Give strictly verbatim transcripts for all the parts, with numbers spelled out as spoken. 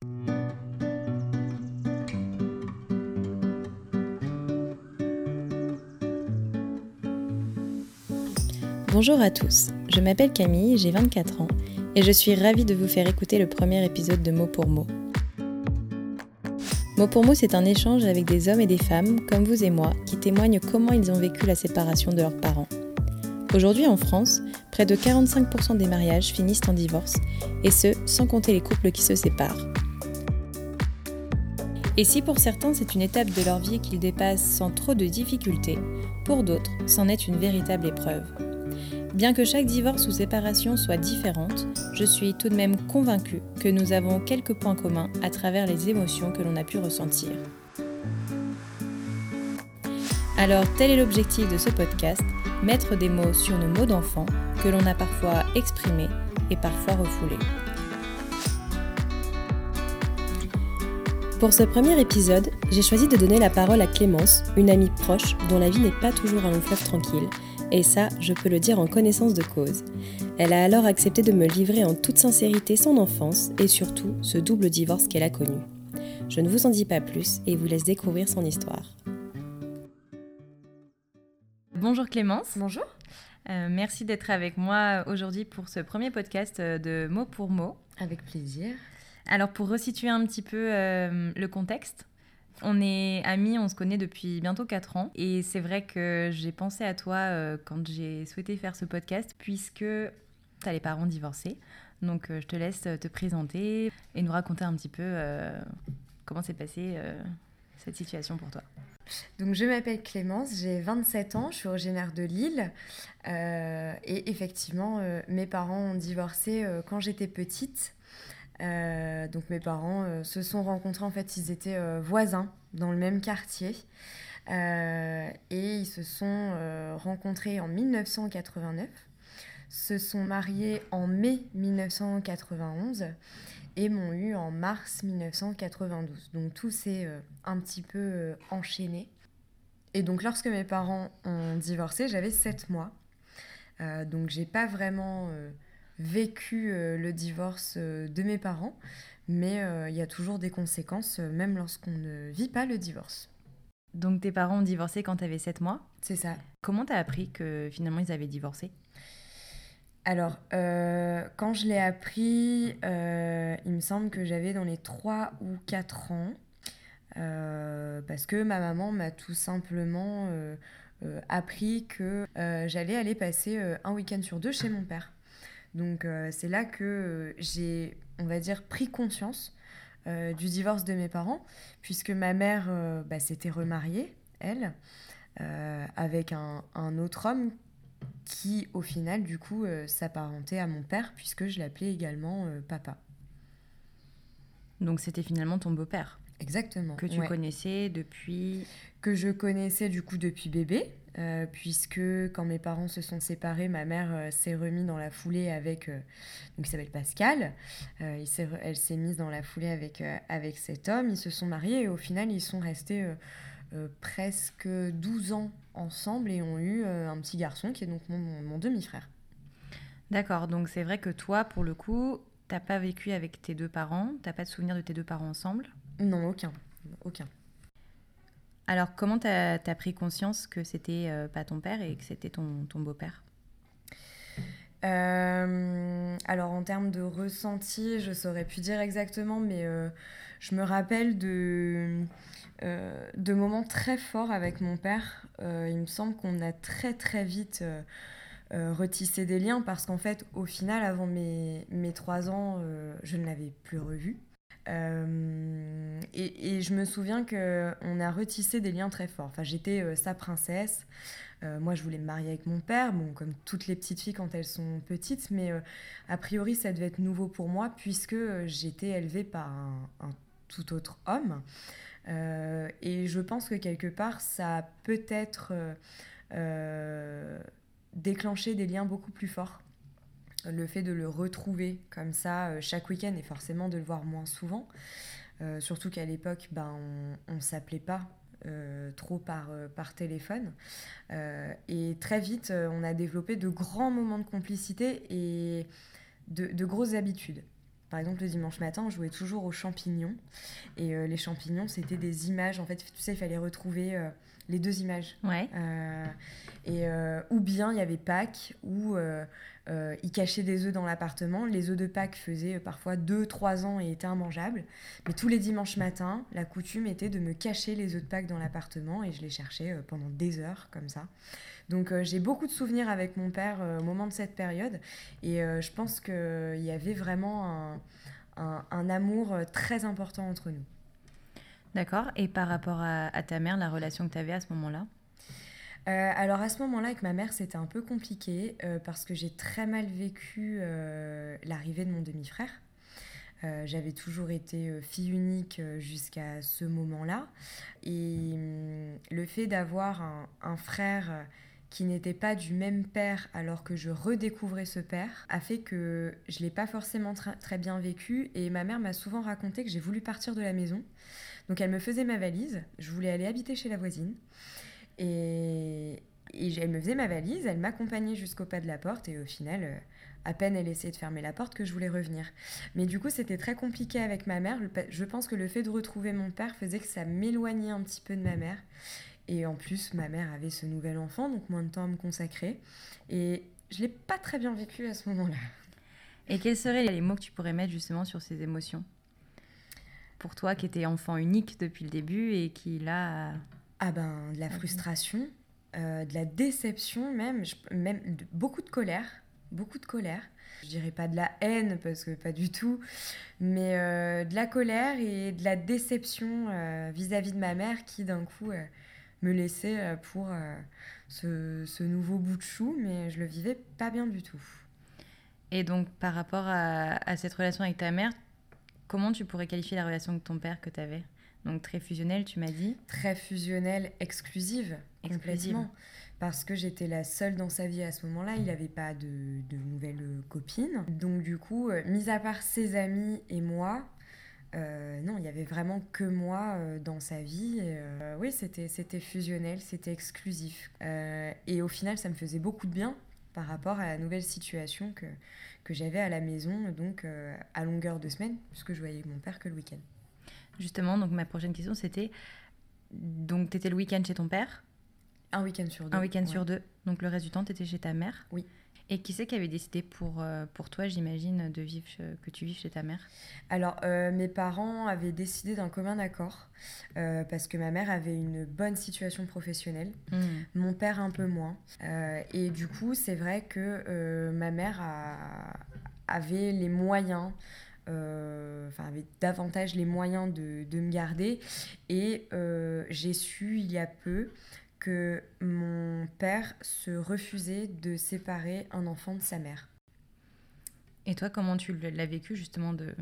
Bonjour à tous, je m'appelle Camille, j'ai vingt-quatre ans et je suis ravie de vous faire écouter le premier épisode de Mot pour Mot. Mot pour Mot, c'est un échange avec des hommes et des femmes, comme vous et moi, qui témoignent comment ils ont vécu la séparation de leurs parents. Aujourd'hui en France, près de quarante-cinq pour cent des mariages finissent en divorce, et ce, sans compter les couples qui se séparent. Et si pour certains c'est une étape de leur vie qu'ils dépassent sans trop de difficultés, pour d'autres, c'en est une véritable épreuve. Bien que chaque divorce ou séparation soit différente, je suis tout de même convaincue que nous avons quelques points communs à travers les émotions que l'on a pu ressentir. Alors tel est l'objectif de ce podcast, mettre des mots sur nos mots d'enfant que l'on a parfois exprimés et parfois refoulés. Pour ce premier épisode, j'ai choisi de donner la parole à Clémence, une amie proche dont la vie n'est pas toujours un long fleuve tranquille. Et ça, je peux le dire en connaissance de cause. Elle a alors accepté de me livrer en toute sincérité son enfance et surtout ce double divorce qu'elle a connu. Je ne vous en dis pas plus et vous laisse découvrir son histoire. Bonjour Clémence. Bonjour. Euh, merci d'être avec moi aujourd'hui pour ce premier podcast de Mot pour Mot. Avec plaisir. Alors pour resituer un petit peu euh, le contexte, on est amis, on se connaît depuis bientôt quatre ans et c'est vrai que j'ai pensé à toi euh, quand j'ai souhaité faire ce podcast puisque tu as les parents divorcés. Donc euh, je te laisse te présenter et nous raconter un petit peu euh, comment s'est passée euh, cette situation pour toi. Donc je m'appelle Clémence, j'ai vingt-sept ans, je suis originaire de Lille euh, et effectivement euh, mes parents ont divorcé euh, quand j'étais petite. Euh, donc mes parents euh, se sont rencontrés, en fait ils étaient euh, voisins dans le même quartier euh, et ils se sont euh, rencontrés en dix-neuf cent quatre-vingt-neuf, se sont mariés en mai dix-neuf cent quatre-vingt-onze et m'ont eu en mars dix-neuf cent quatre-vingt-douze. Donc tout s'est euh, un petit peu euh, enchaîné. Et donc lorsque mes parents ont divorcé, j'avais sept mois. Euh, donc j'ai pas vraiment euh, vécu euh, le divorce euh, de mes parents, mais il euh, y a toujours des conséquences, euh, même lorsqu'on ne vit pas le divorce. Donc tes parents ont divorcé quand tu avais sept mois ? C'est ça. Comment tu as appris que finalement ils avaient divorcé ? Alors, euh, quand je l'ai appris, euh, il me semble que j'avais dans les trois ou quatre ans, euh, parce que ma maman m'a tout simplement euh, euh, appris que euh, j'allais aller passer euh, un week-end sur deux chez mon père. Donc euh, c'est là que euh, j'ai, on va dire, pris conscience euh, du divorce de mes parents, puisque ma mère euh, bah, s'était remariée, elle, euh, avec un, un autre homme qui, au final, du coup, euh, s'apparentait à mon père, puisque je l'appelais également euh, papa. Donc c'était finalement ton beau-père ? Exactement. Que tu ouais. connaissais depuis... Que je connaissais, du coup, depuis bébé, euh, puisque quand mes parents se sont séparés, ma mère euh, s'est remise dans la foulée avec... Euh, donc, il s'appelle Pascal. Euh, il s'est, elle s'est mise dans la foulée avec, euh, avec cet homme. Ils se sont mariés et, au final, ils sont restés... Euh, Euh, presque douze ans ensemble et ont eu euh, un petit garçon qui est donc mon, mon, mon demi-frère. D'accord, donc c'est vrai que toi, pour le coup, t'as pas vécu avec tes deux parents, t'as pas de souvenir de tes deux parents ensemble ? Non, aucun, aucun. Alors comment t'as, t'as pris conscience que c'était euh, pas ton père et que c'était ton, ton beau-père ? euh, Alors en termes de ressenti, je saurais plus dire exactement, mais euh, je me rappelle de... Euh, de moments très forts avec mon père. Euh, il me semble qu'on a très très vite euh, euh, retissé des liens parce qu'en fait, au final, avant mes, mes trois ans, euh, je ne l'avais plus revu. Euh, et, et je me souviens qu'on a retissé des liens très forts. Enfin, j'étais euh, sa princesse. Euh, moi, je voulais me marier avec mon père, bon, comme toutes les petites filles quand elles sont petites, mais euh, a priori, ça devait être nouveau pour moi puisque euh, j'étais élevée par un, un tout autre homme. Euh, et je pense que quelque part, ça a peut-être euh, euh, déclenché des liens beaucoup plus forts. Le fait de le retrouver comme ça euh, chaque week-end et forcément de le voir moins souvent. Euh, surtout qu'à l'époque, ben, on ne s'appelait pas euh, trop par, euh, par téléphone. Euh, et très vite, euh, on a développé de grands moments de complicité et de, de grosses habitudes. par exemple, le dimanche matin, on jouait toujours aux champignons. Et euh, les champignons, c'était des images. En fait, tu sais, il fallait retrouver euh, les deux images. Ouais. Euh, et, euh, ou bien, il y avait Pâques, où euh, euh, ils cachaient des œufs dans l'appartement. Les œufs de Pâques faisaient parfois deux trois ans et étaient immangeables. Mais tous les dimanches matins, la coutume était de me cacher les œufs de Pâques dans l'appartement. Et je les cherchais euh, pendant des heures, comme ça. Donc euh, j'ai beaucoup de souvenirs avec mon père euh, au moment de cette période et euh, je pense qu'il y avait vraiment un, un, un amour euh, très important entre nous. D'accord. Et par rapport à, à ta mère, la relation que tu avais à ce moment-là? Euh, alors à ce moment-là, avec ma mère, c'était un peu compliqué euh, parce que j'ai très mal vécu euh, l'arrivée de mon demi-frère. Euh, j'avais toujours été euh, fille unique euh, jusqu'à ce moment-là. Et hum, le fait d'avoir un, un frère euh, qui n'était pas du même père alors que je redécouvrais ce père a fait que je ne l'ai pas forcément tra- très bien vécu. Et ma mère m'a souvent raconté que j'ai voulu partir de la maison. Donc elle me faisait ma valise. Je voulais aller habiter chez la voisine. Et, et elle me faisait ma valise, elle m'accompagnait jusqu'au pas de la porte et au final, euh, à peine elle essayait de fermer la porte que je voulais revenir. Mais du coup, c'était très compliqué avec ma mère. Je pense que le fait de retrouver mon père faisait que ça m'éloignait un petit peu de ma mère. Et en plus, ma mère avait ce nouvel enfant, donc moins de temps à me consacrer. Et je ne l'ai pas très bien vécu à ce moment-là. Et quels seraient les mots que tu pourrais mettre justement sur ces émotions? Pour toi qui étais enfant unique depuis le début et qui là... Ah ben, de la frustration, euh, de la déception même, je- même de- beaucoup de colère, beaucoup de colère. Je dirais pas de la haine parce que pas du tout, mais euh, de la colère et de la déception euh, vis-à-vis de ma mère qui d'un coup euh, me laissait euh, pour euh, ce, ce nouveau bout de chou, mais je le vivais pas bien du tout. Et donc par rapport à, à cette relation avec ta mère, comment tu pourrais qualifier la relation avec ton père que tu avais? Donc très fusionnelle, tu m'as dit. Très fusionnelle, exclusive, Exclusive. complètement. Parce que j'étais la seule dans sa vie à ce moment-là. Il n'avait pas de, de nouvelles copines. Donc du coup, euh, mis à part ses amis et moi, euh, non, il n'y avait vraiment que moi euh, dans sa vie. Et, euh, oui, c'était, c'était fusionnel, c'était exclusif. Euh, et au final, ça me faisait beaucoup de bien par rapport à la nouvelle situation que, que j'avais à la maison, donc euh, à longueur de semaine, puisque je voyais mon père que le week-end. Justement, donc ma prochaine question c'était, donc tu étais le week-end chez ton père? Un week-end sur deux. Un week-end ouais. sur deux. Donc le reste du temps, tu étais chez ta mère? Oui. Et qui c'est qui avait décidé pour, euh, pour toi, j'imagine, de vivre, che- que tu vives chez ta mère? Alors, euh, mes parents avaient décidé d'un commun accord euh, parce que ma mère avait une bonne situation professionnelle, Mmh. mon père un peu moins. Euh, et du coup, c'est vrai que euh, ma mère a- avait les moyens, euh, enfin, avait davantage les moyens de, de me garder. Et euh, j'ai su il y a peu que mon père se refusait de séparer un enfant de sa mère. Et toi, comment tu l'as vécu justement de,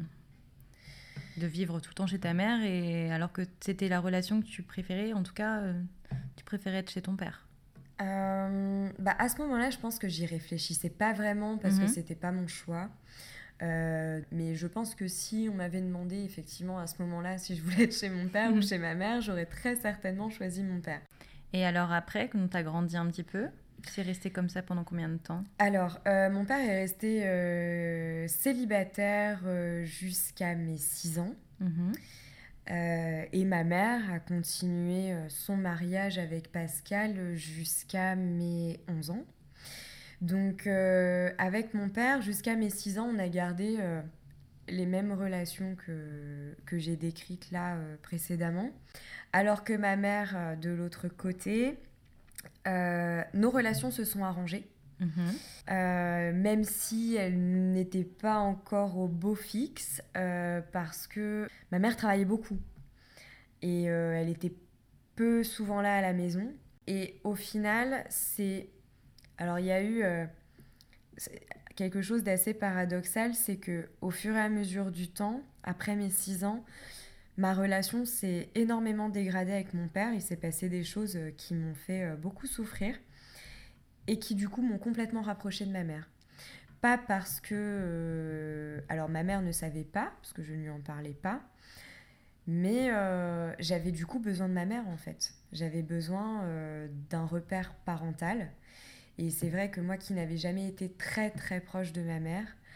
de vivre tout le temps chez ta mère et alors que c'était la relation que tu préférais, en tout cas, euh, tu préférais être chez ton père? Euh, bah à ce moment-là, je pense que j'y réfléchissais pas vraiment parce que Mhm. c'était pas mon choix. Euh, mais je pense que si on m'avait demandé effectivement à ce moment-là si je voulais être chez mon père ou Mhm. chez ma mère, j'aurais très certainement choisi mon père. Et alors après, quand tu as grandi un petit peu, c'est resté comme ça pendant combien de temps? Alors, euh, mon père est resté euh, célibataire euh, jusqu'à mes six ans. Mhm. Euh, et ma mère a continué euh, son mariage avec Pascal jusqu'à mes onze ans. Donc, euh, avec mon père, jusqu'à mes six ans, on a gardé euh, les mêmes relations que, que j'ai décrites là euh, précédemment. Alors que ma mère, euh, de l'autre côté, euh, nos relations se sont arrangées. Mhm. Euh, même si elles n'étaient pas encore au beau fixe, euh, parce que ma mère travaillait beaucoup. Et euh, elle était peu souvent là à la maison. Et au final, c'est... Alors, il y a eu... euh, c'est quelque chose d'assez paradoxal, c'est que au fur et à mesure du temps, après mes six ans, ma relation s'est énormément dégradée avec mon père. Il s'est passé des choses euh, qui m'ont fait euh, beaucoup souffrir et qui du coup m'ont complètement rapprochée de ma mère. Pas parce que... euh, alors ma mère ne savait pas, parce que je ne lui en parlais pas, mais euh, j'avais du coup besoin de ma mère en fait. J'avais besoin euh, d'un repère parental. Et c'est vrai que moi qui n'avais jamais été très très proche de ma mère,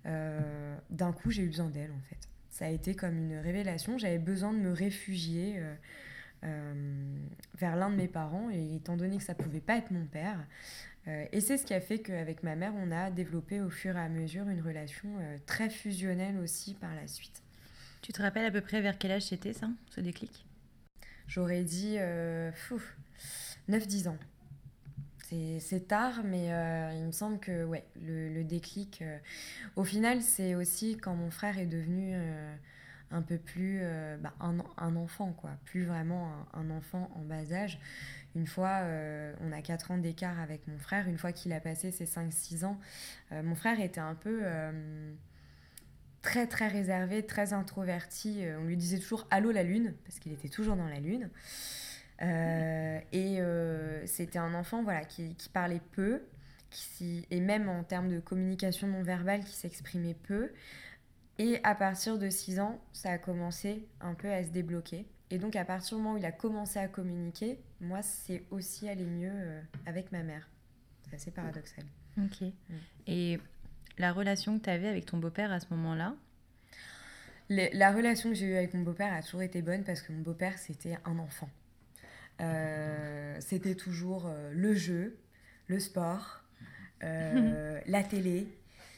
euh, d'un coup, j'ai eu besoin d'elle, en fait. Ça a été comme une révélation. J'avais besoin de me réfugier euh, euh, vers l'un de mes parents, et étant donné que ça pouvait pas être mon père. Euh, et c'est ce qui a fait qu'avec ma mère, on a développé au fur et à mesure une relation euh, très fusionnelle aussi par la suite. Tu te rappelles à peu près vers quel âge c'était ça, ce déclic? J'aurais dit euh, neuf dix ans. C'est, c'est tard, mais euh, il me semble que ouais, le, le déclic... euh, au final, c'est aussi quand mon frère est devenu euh, un peu plus... euh, bah, un, un enfant, quoi. Plus vraiment un, un enfant en bas âge. Une fois, euh, on a quatre ans d'écart avec mon frère. Une fois qu'il a passé ses cinq six ans, euh, mon frère était un peu... euh, très très réservé, très introverti. Euh, on lui disait toujours allô la lune, parce qu'il était toujours dans la lune. Euh, et euh, c'était un enfant voilà, qui, qui parlait peu, qui, et même en termes de communication non verbale, qui s'exprimait peu. Et à partir de six ans, ça a commencé un peu à se débloquer. Et donc à partir du moment où il a commencé à communiquer, moi c'est aussi allé mieux euh, avec ma mère. C'est assez paradoxal. Ok. Mm. Et la relation que tu avais avec ton beau-père à ce moment-là? Les, la relation que j'ai eue avec mon beau-père a toujours été bonne parce que mon beau-père c'était un enfant. Euh, c'était toujours euh, le jeu, le sport, euh, la télé.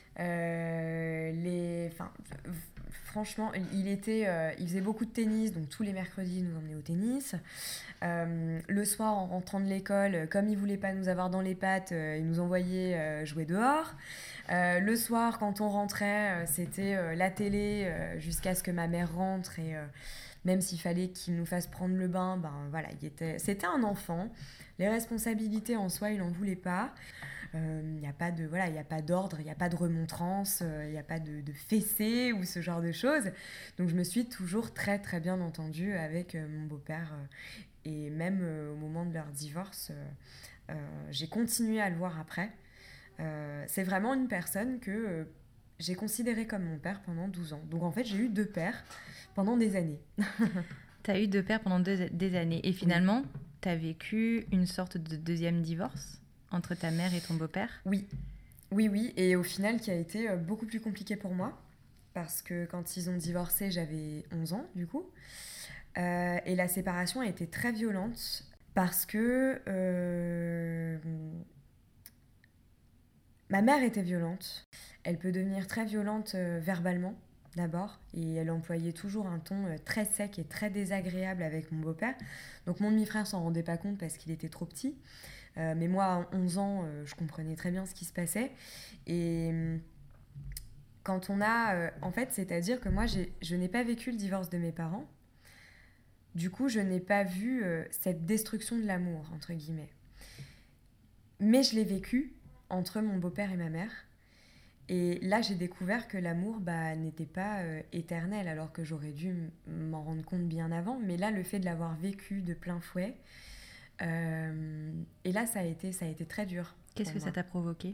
Euh, les, enfin, franchement, il, était, euh, il faisait beaucoup de tennis, donc tous les mercredis, il nous emmenait au tennis. Euh, le soir, en rentrant de l'école, comme il voulait pas nous avoir dans les pattes, euh, il nous envoyait euh, jouer dehors. Euh, le soir, quand on rentrait, euh, c'était euh, la télé euh, jusqu'à ce que ma mère rentre et euh, même s'il fallait qu'il nous fasse prendre le bain, ben voilà, il était, c'était un enfant. Les responsabilités en soi, il n'en voulait pas. Il euh, n'y a pas de voilà, il y a pas d'ordre, il n'y a pas de remontrance, il euh, n'y a pas de, de fessée ou ce genre de choses. Donc je me suis toujours très très bien entendue avec euh, mon beau-père euh, et même euh, au moment de leur divorce, euh, euh, j'ai continué à le voir après. Euh, c'est vraiment une personne que euh, j'ai considérée comme mon père pendant douze ans. Donc en fait, j'ai eu deux pères pendant des années. Tu as eu deux pères pendant deux, des années. Et finalement, oui. Tu as vécu une sorte de deuxième divorce entre ta mère et ton beau-père? Oui, oui, oui. Et au final, qui a été beaucoup plus compliqué pour moi. Parce que quand ils ont divorcé, j'avais onze ans, du coup. Euh, et la séparation a été très violente. Parce que... Euh, ma mère était violente. Elle peut devenir très violente euh, verbalement. D'abord, et elle employait toujours un ton euh, très sec et très désagréable avec mon beau-père. Donc mon demi-frère s'en rendait pas compte parce qu'il était trop petit. Euh, mais moi, à onze ans, euh, je comprenais très bien ce qui se passait. Et quand on a... Euh, en fait, c'est-à-dire que moi, j'ai, je n'ai pas vécu le divorce de mes parents. Du coup, je n'ai pas vu euh, cette destruction de l'amour, entre guillemets. Mais je l'ai vécu entre mon beau-père et ma mère. Et là, j'ai découvert que l'amour bah, n'était pas euh, éternel, alors que j'aurais dû m'en rendre compte bien avant. Mais là, le fait de l'avoir vécu de plein fouet, euh, et là, ça a été, ça a été très dur. Qu'est-ce que moi. ça t'a provoqué?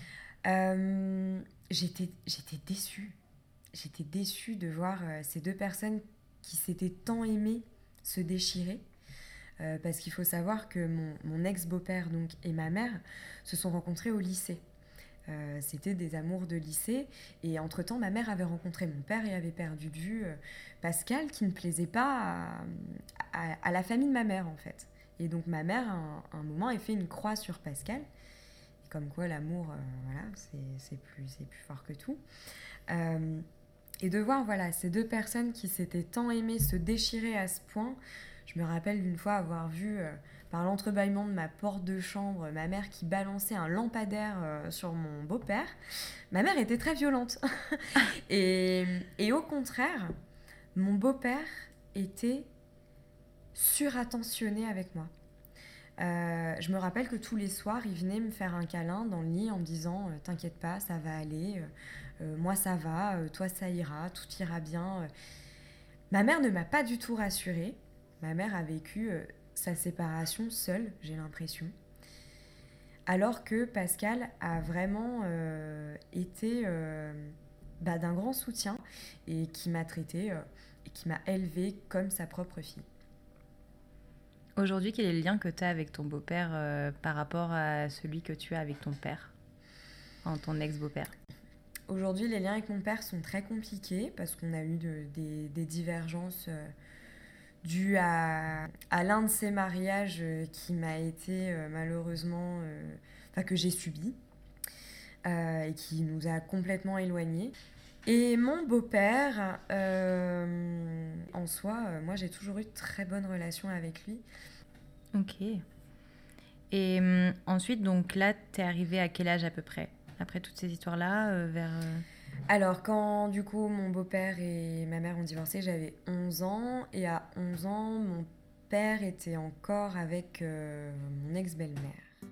euh, j'étais, j'étais déçue. J'étais déçue de voir euh, ces deux personnes qui s'étaient tant aimées se déchirer. Euh, parce qu'il faut savoir que mon, mon ex-beau-père donc, et ma mère se sont rencontrés au lycée. Euh, c'était des amours de lycée et entre-temps ma mère avait rencontré mon père et avait perdu de vue euh, Pascal qui ne plaisait pas à, à, à la famille de ma mère en fait. Et donc ma mère à un, à un moment a fait une croix sur Pascal, et comme quoi l'amour euh, voilà, c'est, c'est, plus, c'est plus fort que tout. Euh, et de voir voilà, ces deux personnes qui s'étaient tant aimées se déchirer à ce point. Je me rappelle d'une fois avoir vu euh, par l'entrebâillement de ma porte de chambre ma mère qui balançait un lampadaire euh, sur mon beau-père. Ma mère était très violente. et, et au contraire, mon beau-père était surattentionné avec moi. Euh, je me rappelle que tous les soirs, il venait me faire un câlin dans le lit en me disant euh, « T'inquiète pas, ça va aller, euh, moi ça va, euh, toi ça ira, tout ira bien. » Ma mère ne m'a pas du tout rassurée. Ma mère a vécu euh, sa séparation seule, j'ai l'impression. Alors que Pascal a vraiment euh, été euh, bah, d'un grand soutien et qui m'a traitée euh, et qui m'a élevée comme sa propre fille. Aujourd'hui, quel est le lien que tu as avec ton beau-père euh, par rapport à celui que tu as avec ton père, enfin, ton ex-beau-père? Aujourd'hui, les liens avec mon père sont très compliqués parce qu'on a eu de, des, des divergences euh, dues à, à l'un de ces mariages euh, qui m'a été euh, malheureusement, euh, enfin que j'ai subi euh, et qui nous a complètement éloignés. Et mon beau-père, euh, en soi, euh, moi j'ai toujours eu de très bonnes relations avec lui. Ok. Et hum, ensuite, donc là, t'es arrivée à quel âge à peu près? Après toutes ces histoires-là, euh, vers... euh, Alors, quand du coup mon beau-père et ma mère ont divorcé, j'avais onze ans. Et à onze ans, mon père était encore avec euh, mon ex-belle-mère.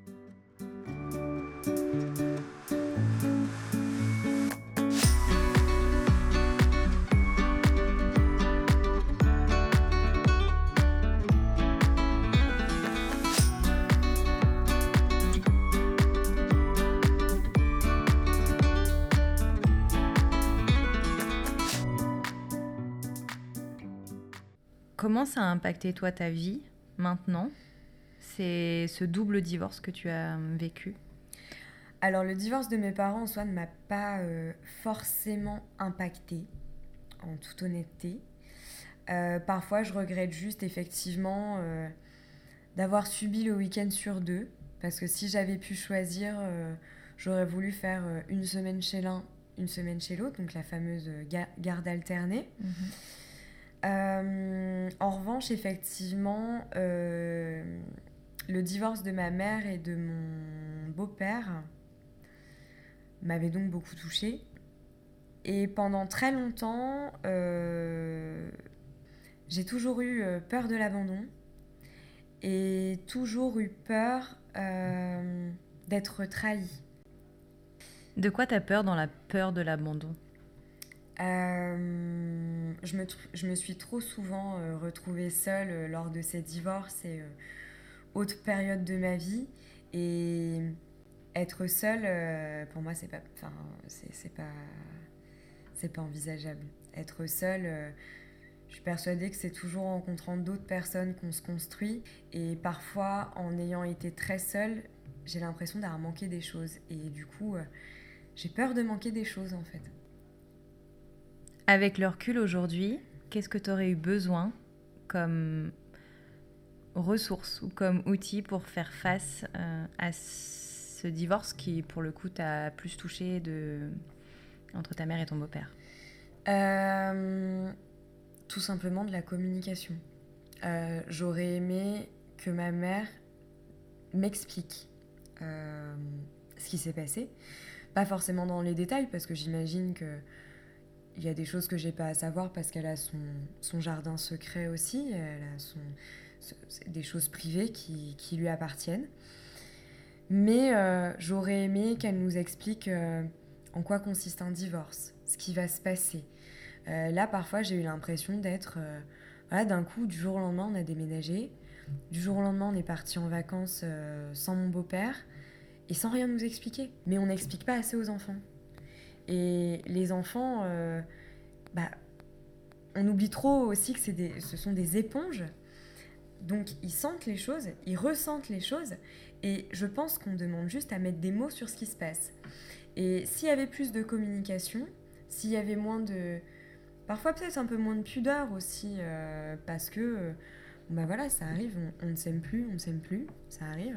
Comment ça a impacté toi ta vie maintenant? C'est ce double divorce que tu as hum, vécu. Alors, le divorce de mes parents en soi ne m'a pas euh, forcément impactée, en toute honnêteté. Euh, parfois, je regrette juste effectivement euh, d'avoir subi le week-end sur deux, parce que si j'avais pu choisir, euh, j'aurais voulu faire euh, une semaine chez l'un, une semaine chez l'autre, donc la fameuse ga- garde alternée. Mhm. Euh, en revanche, effectivement, euh, le divorce de ma mère et de mon beau-père m'avait donc beaucoup touchée. Et pendant très longtemps, euh, j'ai toujours eu euh, peur de l'abandon et toujours eu peur euh, d'être trahie. De quoi t'as peur dans la peur de l'abandon? Euh, je, me, tr- je me suis trop souvent euh, retrouvée seule euh, lors de ces divorces et euh, autres périodes de ma vie. Et être seule, euh, pour moi, c'est pas, enfin, c'est, c'est pas, c'est pas envisageable. Être seule, euh, je suis persuadée que c'est toujours en rencontrant d'autres personnes qu'on se construit. Et parfois, en ayant été très seule, j'ai l'impression d'avoir manqué des choses. Et du coup, euh, j'ai peur de manquer des choses, en fait. Avec le recul aujourd'hui, qu'est-ce que tu aurais eu besoin comme ressources ou comme outil pour faire face euh, à ce divorce qui, pour le coup, t'a plus touché de... entre ta mère et ton beau-père? Euh, tout simplement de la communication. Euh, j'aurais aimé que ma mère m'explique euh, ce qui s'est passé. Pas forcément dans les détails, parce que j'imagine que il y a des choses que j'ai pas à savoir parce qu'elle a son, son jardin secret aussi, elle a son, c'est des choses privées qui, qui lui appartiennent. Mais euh, j'aurais aimé qu'elle nous explique euh, en quoi consiste un divorce, ce qui va se passer. Euh, là, parfois, j'ai eu l'impression d'être... Euh, voilà, d'un coup, du jour au lendemain, on a déménagé. Du jour au lendemain, on est parti en vacances euh, sans mon beau-père et sans rien nous expliquer. Mais on n'explique pas assez aux enfants. Et les enfants, euh, bah, on oublie trop aussi que c'est des, ce sont des éponges. Donc, ils sentent les choses, ils ressentent les choses. Et je pense qu'on demande juste à mettre des mots sur ce qui se passe. Et s'il y avait plus de communication, s'il y avait moins de... Parfois peut-être un peu moins de pudeur aussi, euh, parce que, euh, bah voilà, ça arrive, on, on ne s'aime plus, on ne s'aime plus, ça arrive.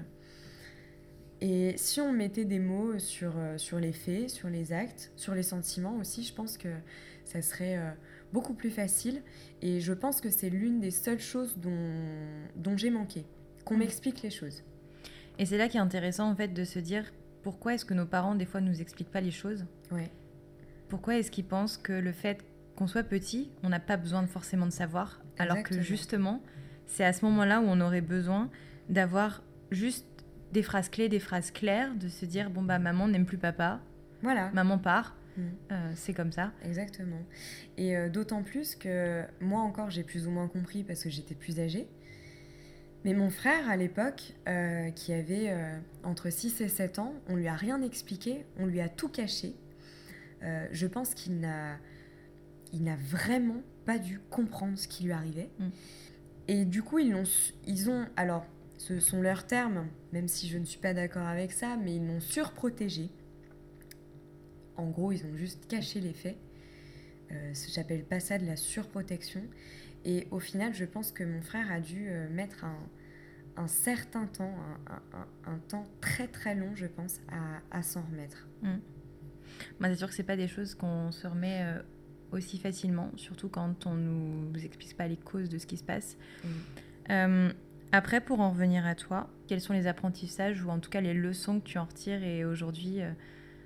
Et si on mettait des mots sur, euh, sur les faits, sur les actes, sur les sentiments aussi, je pense que ça serait euh, beaucoup plus facile. Et je pense que c'est l'une des seules choses dont, dont j'ai manqué, qu'on Mmh. m'explique les choses. Et c'est là qui est intéressant en fait de se dire pourquoi est-ce que nos parents des fois nous expliquent pas les choses? Ouais. Pourquoi est-ce qu'ils pensent que le fait qu'on soit petit, on n'a pas besoin de forcément de savoir, alors que Exactement. justement, c'est à ce moment-là où on aurait besoin d'avoir juste des phrases clés, des phrases claires, de se dire bon bah maman n'aime plus papa, Voilà. maman part, Mmh. euh, c'est comme ça. Exactement. Et euh, d'autant plus que moi encore, j'ai plus ou moins compris parce que j'étais plus âgée. Mais mon frère, à l'époque, euh, qui avait euh, entre six et sept ans, on lui a rien expliqué, on lui a tout caché. Euh, je pense qu'il n'a, il n'a vraiment pas dû comprendre ce qui lui arrivait. Mm. Et du coup, ils, l'ont, ils ont... Alors, ce sont leurs termes, même si je ne suis pas d'accord avec ça, mais ils l'ont surprotégé En gros, ils ont juste caché les faits. Euh, j'appelle pas ça de la surprotection. Et au final, je pense que mon frère a dû euh, mettre un, un certain temps, un, un, un temps très très long, je pense, à, à s'en remettre. Mmh. Bah, c'est sûr que c'est pas des choses qu'on se remet euh, aussi facilement, surtout quand on nous explique pas les causes de ce qui se passe. Mmh. Euh, après, pour en revenir à toi, quels sont les apprentissages ou en tout cas les leçons que tu en retires et aujourd'hui, euh,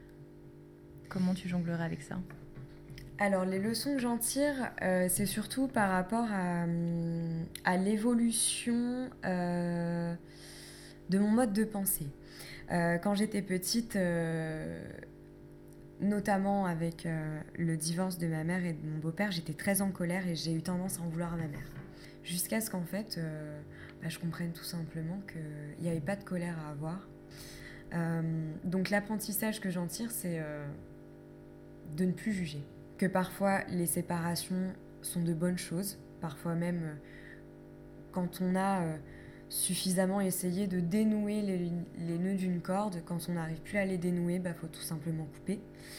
comment tu jonglerais avec ça ? Alors, les leçons que j'en tire, euh, c'est surtout par rapport à, à l'évolution euh, de mon mode de pensée. Euh, quand j'étais petite, euh, notamment avec euh, le divorce de ma mère et de mon beau-père, j'étais très en colère et j'ai eu tendance à en vouloir à ma mère. Jusqu'à ce qu'en fait, euh, bah, je comprenne tout simplement qu'il n'y avait pas de colère à avoir. Euh, donc l'apprentissage que j'en tire, c'est euh, de ne plus juger. Que parfois les séparations sont de bonnes choses, parfois même euh, quand on a euh, suffisamment essayé de dénouer les, les nœuds d'une corde, quand on n'arrive plus à les dénouer, bah, faut tout simplement couper.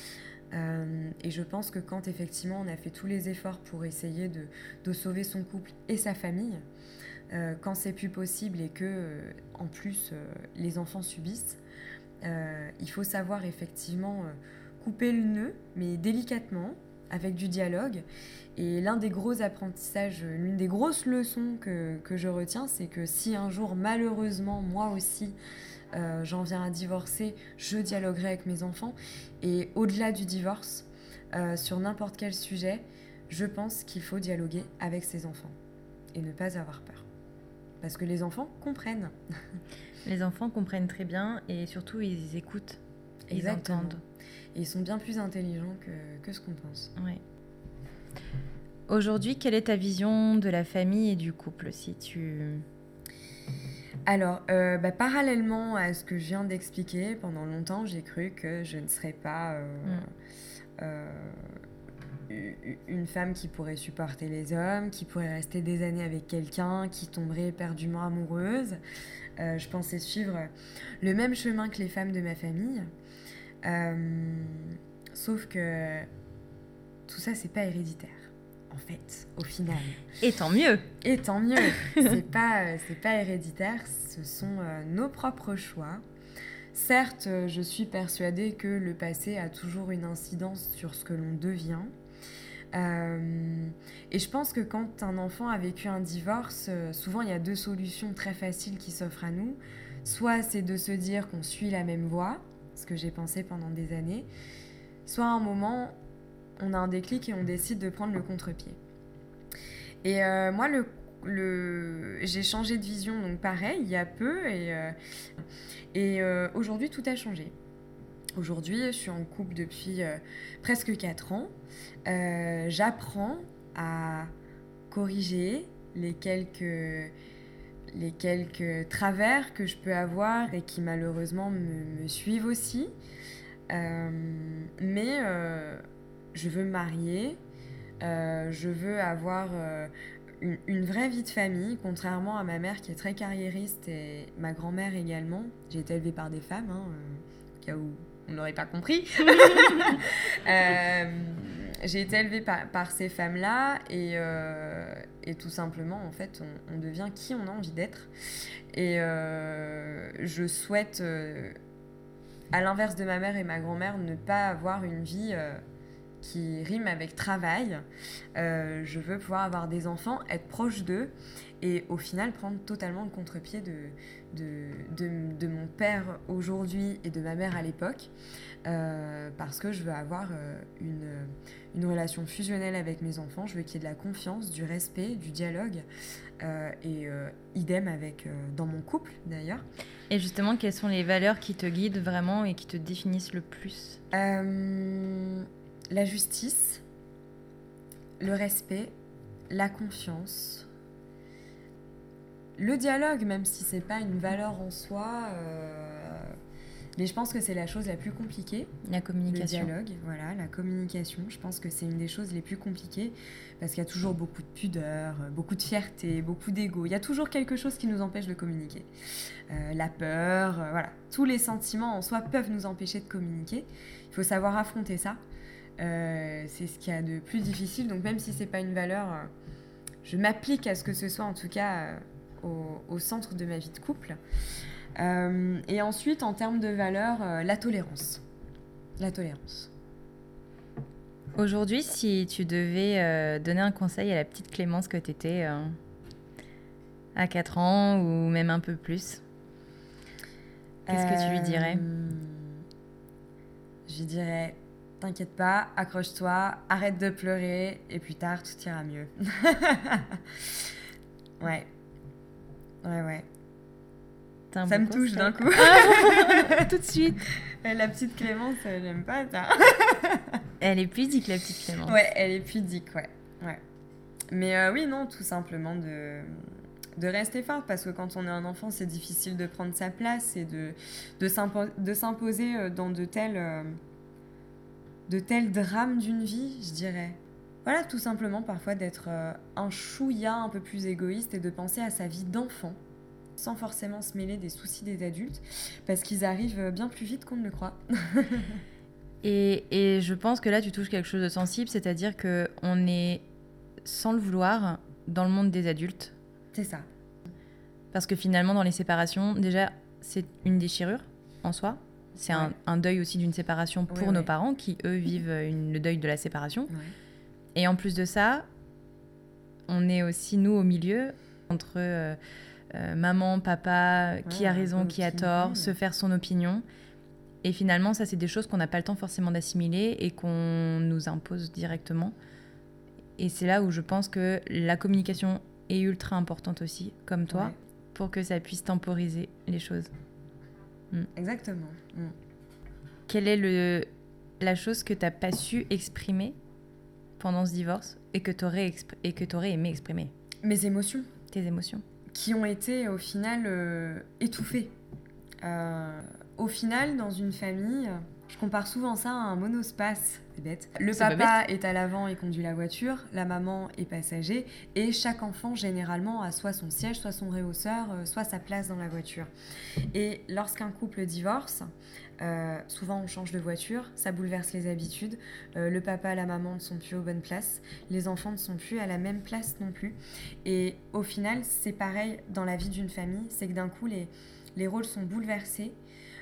Euh, et je pense que quand effectivement on a fait tous les efforts pour essayer de, de sauver son couple et sa famille, euh, quand c'est plus possible et que euh, en plus euh, les enfants subissent, euh, il faut savoir effectivement euh, couper le nœud, mais délicatement, avec du dialogue. Et l'un des gros apprentissages, l'une des grosses leçons que, que je retiens, c'est que si un jour, malheureusement, moi aussi, euh, j'en viens à divorcer, je dialoguerai avec mes enfants. Et au-delà du divorce, euh, sur n'importe quel sujet, je pense qu'il faut dialoguer avec ses enfants et ne pas avoir peur. Parce que les enfants comprennent. Les enfants comprennent très bien et surtout, ils écoutent. Ils Exactement. entendent. Et ils sont bien plus intelligents que, que ce qu'on pense. Ouais. Aujourd'hui, quelle est ta vision de la famille et du couple, si tu... Alors, euh, bah, parallèlement à ce que je viens d'expliquer, pendant longtemps, j'ai cru que je ne serais pas euh, mm. euh, une femme qui pourrait supporter les hommes, qui pourrait rester des années avec quelqu'un, qui tomberait éperdument amoureuse. Euh, je pensais suivre le même chemin que les femmes de ma famille. Euh, sauf que tout ça, c'est pas héréditaire, en fait, au final. Et tant mieux. Et tant mieux. c'est pas, c'est pas héréditaire, ce sont euh, nos propres choix. Certes, je suis persuadée que le passé a toujours une incidence sur ce que l'on devient. Euh, et je pense que quand un enfant a vécu un divorce, souvent il y a deux solutions très faciles qui s'offrent à nous. Soit c'est de se dire qu'on suit la même voie, ce que j'ai pensé pendant des années, soit à un moment, on a un déclic et on décide de prendre le contre-pied. Et euh, moi, le, le, j'ai changé de vision, donc pareil, il y a peu, et, euh, et euh, aujourd'hui, tout a changé. Aujourd'hui, je suis en couple depuis euh, presque quatre ans. Euh, j'apprends à corriger les quelques... les quelques travers que je peux avoir et qui malheureusement me, me suivent aussi. Euh, mais euh, je veux me marier, euh, je veux avoir euh, une, une vraie vie de famille, contrairement à ma mère qui est très carriériste et ma grand-mère également. J'ai été élevée par des femmes, hein, euh, au cas où on n'aurait pas compris. euh, J'ai été élevée par, par ces femmes-là et, euh, et tout simplement, en fait, on, on devient qui on a envie d'être. Et euh, je souhaite, euh, à l'inverse de ma mère et ma grand-mère, ne pas avoir une vie euh, qui rime avec travail. Euh, je veux pouvoir avoir des enfants, être proche d'eux et au final prendre totalement le contre-pied de, de, de, de mon père aujourd'hui et de ma mère à l'époque. Euh, parce que je veux avoir euh, une, une relation fusionnelle avec mes enfants, je veux qu'il y ait de la confiance, du respect, du dialogue, euh, et euh, idem avec, euh, dans mon couple d'ailleurs. Et justement, quelles sont les valeurs qui te guident vraiment et qui te définissent le plus ? euh, La justice, le respect, la confiance, le dialogue, même si c'est pas une valeur en soi... Euh, Mais je pense que c'est la chose la plus compliquée. La communication. Le dialogue, voilà, la communication. Je pense que c'est une des choses les plus compliquées parce qu'il y a toujours beaucoup de pudeur, beaucoup de fierté, beaucoup d'ego. Il y a toujours quelque chose qui nous empêche de communiquer. Euh, la peur, euh, voilà. Tous les sentiments en soi peuvent nous empêcher de communiquer. Il faut savoir affronter ça. Euh, c'est ce qu'il y a de plus difficile. Donc même si c'est pas une valeur, euh, je m'applique à ce que ce soit en tout cas euh, au, au centre de ma vie de couple. Euh, et ensuite, en termes de valeur, euh, la tolérance. La tolérance. Aujourd'hui, si tu devais euh, donner un conseil à la petite Clémence que tu étais euh, à quatre ans ou même un peu plus, qu'est-ce euh, que tu lui dirais ? Je lui dirais, t'inquiète pas, accroche-toi, arrête de pleurer et plus tard, tout ira mieux. Ouais. Ouais, ouais. Ça me touche d'un coup. Ah, tout de suite. La petite Clémence, j'aime pas ça. Elle est pudique, la petite Clémence. Ouais, elle est pudique, ouais. ouais. Mais euh, oui, non, tout simplement de, de rester forte, parce que quand on est un enfant, c'est difficile de prendre sa place et de, de, s'impo- de s'imposer dans de tels, euh, de tels drames d'une vie, je dirais. Voilà, tout simplement, parfois, d'être euh, un chouïa un peu plus égoïste et de penser à sa vie d'enfant, sans forcément se mêler des soucis des adultes, parce qu'ils arrivent bien plus vite qu'on ne le croit. et, et je pense que là, tu touches quelque chose de sensible, c'est-à-dire qu'on est, sans le vouloir, dans le monde des adultes. C'est ça. Parce que finalement, dans les séparations, déjà, c'est une déchirure en soi. C'est ouais. un, un deuil aussi d'une séparation pour ouais, nos ouais. parents, qui, eux, vivent une, le deuil de la séparation. Ouais. Et en plus de ça, on est aussi, nous, au milieu, entre... Euh, Euh, maman, papa, ouais, qui a raison, qui a tort, ouais. se faire son opinion. Et finalement, ça, c'est des choses qu'on n'a pas le temps forcément d'assimiler et qu'on nous impose directement. Et c'est là où je pense que la communication est ultra importante aussi, comme toi, ouais. pour que ça puisse temporiser les choses. Mm. Exactement. Mm. Quelle est le, la chose que tu n'as pas su exprimer pendant ce divorce et que tu aurais expr- aimé exprimer ? Mes émotions. Tes émotions. Qui ont été au final euh, étouffées. Euh, au final, dans une famille, je compare souvent ça à un monospace. C'est bête. Le c'est papa est à l'avant et conduit la voiture, la maman est passager, et chaque enfant, généralement, a soit son siège, soit son rehausseur, soit sa place dans la voiture. Et lorsqu'un couple divorce, euh, souvent on change de voiture, ça bouleverse les habitudes. Euh, le papa et la maman ne sont plus aux bonnes places, les enfants ne sont plus à la même place non plus. Et au final, c'est pareil dans la vie d'une famille, c'est que d'un coup, les, les rôles sont bouleversés,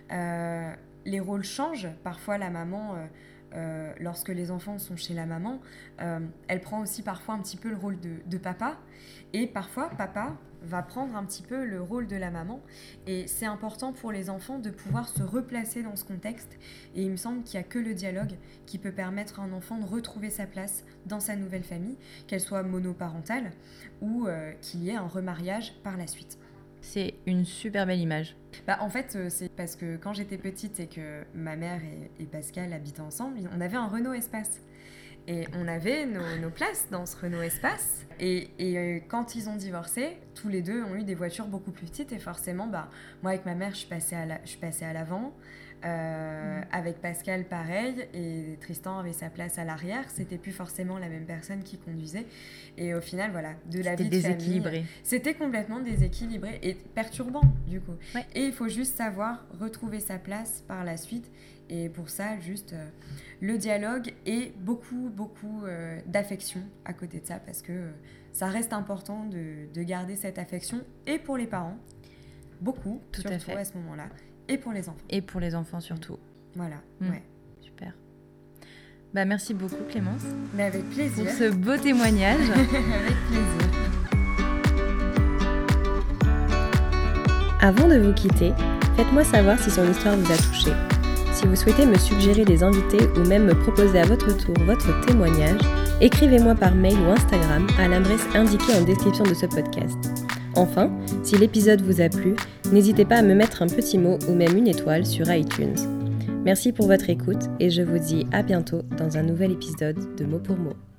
euh, les rôles changent. Parfois, la maman... Euh, Euh, lorsque les enfants sont chez la maman, euh, elle prend aussi parfois un petit peu le rôle de, de papa, et parfois papa va prendre un petit peu le rôle de la maman, et c'est important pour les enfants de pouvoir se replacer dans ce contexte, et il me semble qu'il n'y a que le dialogue qui peut permettre à un enfant de retrouver sa place dans sa nouvelle famille, qu'elle soit monoparentale ou euh, qu'il y ait un remariage par la suite. C'est une super belle image. Bah, en fait, euh, c'est parce que quand j'étais petite et que ma mère et, et Pascal habitaient ensemble, on avait un Renault Espace. Et on avait nos, nos places dans ce Renault Espace. Et, et euh, quand ils ont divorcé, tous les deux ont eu des voitures beaucoup plus petites. Et forcément, bah, moi, avec ma mère, je suis passée à, la, je suis passée à l'avant. Euh, mmh. Avec Pascal, pareil. Et Tristan avait sa place à l'arrière. C'était plus forcément la même personne qui conduisait. Et au final, voilà, de la c'était vie de déséquilibré. famille, c'était complètement déséquilibré et perturbant, du coup. Ouais. Et il faut juste savoir retrouver sa place par la suite. Et pour ça, juste euh, le dialogue et beaucoup, beaucoup euh, d'affection à côté de ça, parce que euh, ça reste important de, de garder cette affection, et pour les parents, beaucoup, tout surtout à, fait. à ce moment-là, et pour les enfants. Et pour les enfants surtout. Voilà, mmh. ouais. Super. Bah, merci beaucoup Clémence. Mais avec plaisir. Pour ce beau témoignage. Avec plaisir. Avant de vous quitter, faites-moi savoir si son histoire vous a touché. Si vous souhaitez me suggérer des invités ou même me proposer à votre tour votre témoignage, écrivez-moi par mail ou Instagram à l'adresse indiquée en description de ce podcast. Enfin, si l'épisode vous a plu, n'hésitez pas à me mettre un petit mot ou même une étoile sur iTunes. Merci pour votre écoute et je vous dis à bientôt dans un nouvel épisode de Mot pour Mot.